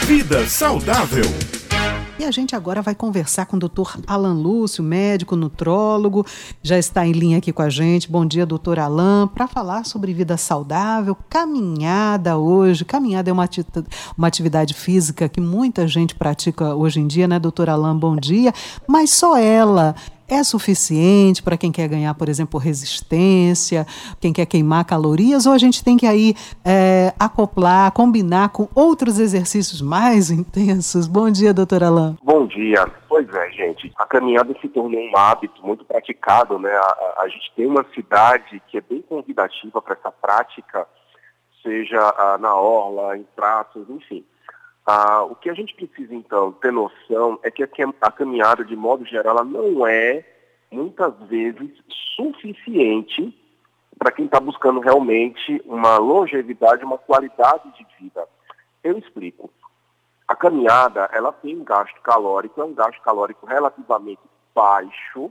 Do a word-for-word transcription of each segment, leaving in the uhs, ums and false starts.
Vida Saudável. E a gente agora vai conversar com o doutor Alan Lúcio, médico nutrólogo, já está em linha aqui com a gente. Bom dia, doutor Alan, para falar sobre vida saudável, caminhada hoje. Caminhada é uma, ati- uma atividade física que muita gente pratica hoje em dia, né, doutor Alan? Bom dia. Mas só ela é suficiente para quem quer ganhar, por exemplo, resistência, quem quer queimar calorias, ou a gente tem que aí é, acoplar, combinar com outros exercícios mais intensos? Bom dia, doutor Alan. Bom dia. Pois é, gente. A caminhada se tornou um hábito muito praticado, né? A, a, a gente tem uma cidade que é bem convidativa para essa prática, seja a, na orla, em praças, enfim. Ah, o que a gente precisa, então, ter noção é que a, a caminhada, de modo geral, ela não é, muitas vezes, suficiente para quem está buscando realmente uma longevidade, uma qualidade de vida. Eu explico. A caminhada, ela tem um gasto calórico, é um gasto calórico relativamente baixo,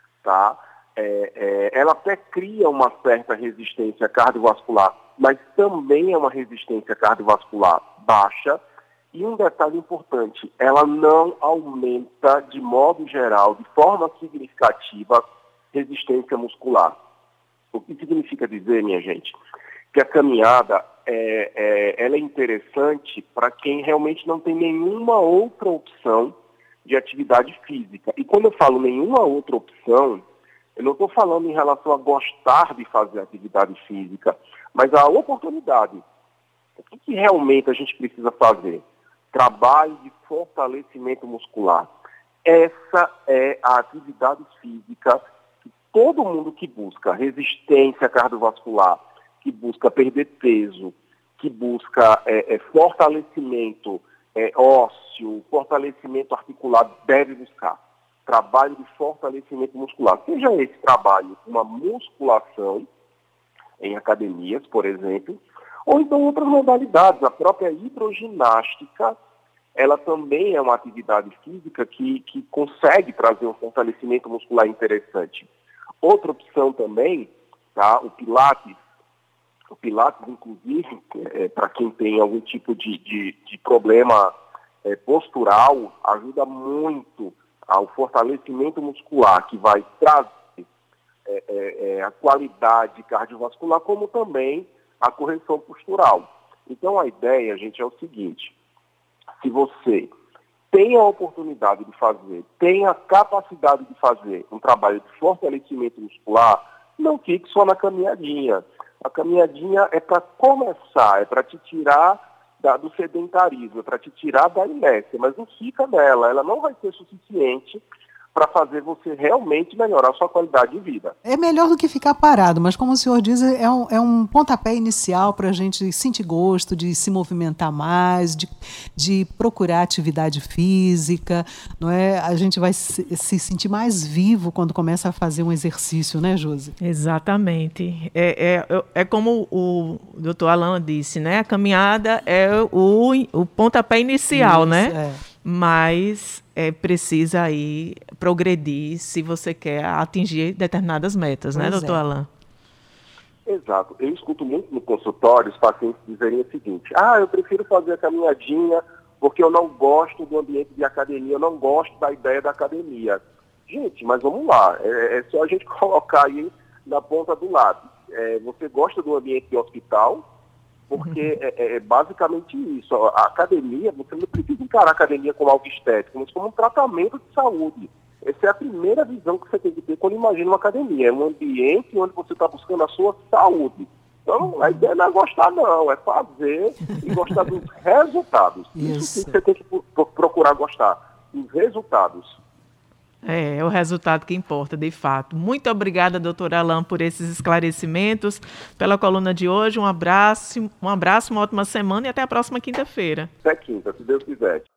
tá? É, é, ela até cria uma certa resistência cardiovascular, mas também é uma resistência cardiovascular baixa. E um detalhe importante, ela não aumenta, de modo geral, de forma significativa, resistência muscular. O que significa dizer, minha gente, que a caminhada é, é, ela é interessante para quem realmente não tem nenhuma outra opção de atividade física. E quando eu falo nenhuma outra opção, eu não estou falando em relação a gostar de fazer atividade física, mas a oportunidade. O que, que realmente a gente precisa fazer? Trabalho de fortalecimento muscular. Essa é a atividade física que todo mundo que busca resistência cardiovascular, que busca perder peso, que busca é, é, fortalecimento é, ósseo, fortalecimento articular, deve buscar. Trabalho de fortalecimento muscular. Seja esse trabalho uma musculação em academias, por exemplo, ou então outras modalidades. A própria hidroginástica, ela também é uma atividade física que, que consegue trazer um fortalecimento muscular interessante. Outra opção também, tá, o Pilates. O Pilates, inclusive, é, para quem tem algum tipo de, de, de problema é, postural, ajuda muito ao fortalecimento muscular, que vai trazer é, é, a qualidade cardiovascular, como também a correção postural. Então, a ideia, gente, é o seguinte: se você tem a oportunidade de fazer, tem a capacidade de fazer um trabalho de fortalecimento muscular, não fique só na caminhadinha. A caminhadinha é para começar, é para te tirar da, do sedentarismo, é para te tirar da inércia, mas não fica nela, ela não vai ser suficiente para fazer você realmente melhorar a sua qualidade de vida. É melhor do que ficar parado, mas como o senhor diz, é um, é um pontapé inicial para a gente sentir gosto de se movimentar mais, de, de procurar atividade física, não é? A gente vai se, se sentir mais vivo quando começa a fazer um exercício, né, Josi? Exatamente. É, é, é como o doutor Alan disse, né? A caminhada é o, o pontapé inicial, Isso, né? É. Mas é, precisa aí progredir se você quer atingir determinadas metas, pois né, doutor é. Alan? Exato. Eu escuto muito no consultório os pacientes dizerem o seguinte: ah, eu prefiro fazer a caminhadinha porque eu não gosto do ambiente de academia, eu não gosto da ideia da academia. Gente, mas vamos lá, é, é só a gente colocar aí na ponta do lápis. É, você gosta do ambiente de hospital? Porque é, é basicamente isso. A academia, você não precisa encarar a academia como algo estético, mas como um tratamento de saúde. Essa é a primeira visão que você tem que ter quando imagina uma academia. É um ambiente onde você está buscando a sua saúde. Então, a ideia não é gostar, não. É fazer e gostar dos resultados. Isso, Isso sim que você tem que procurar gostar. Os resultados. É, é o resultado que importa, de fato. Muito obrigada, doutor Alan, por esses esclarecimentos, pela coluna de hoje. Um abraço, um abraço, uma ótima semana e até a próxima quinta-feira. Até quinta, se Deus quiser.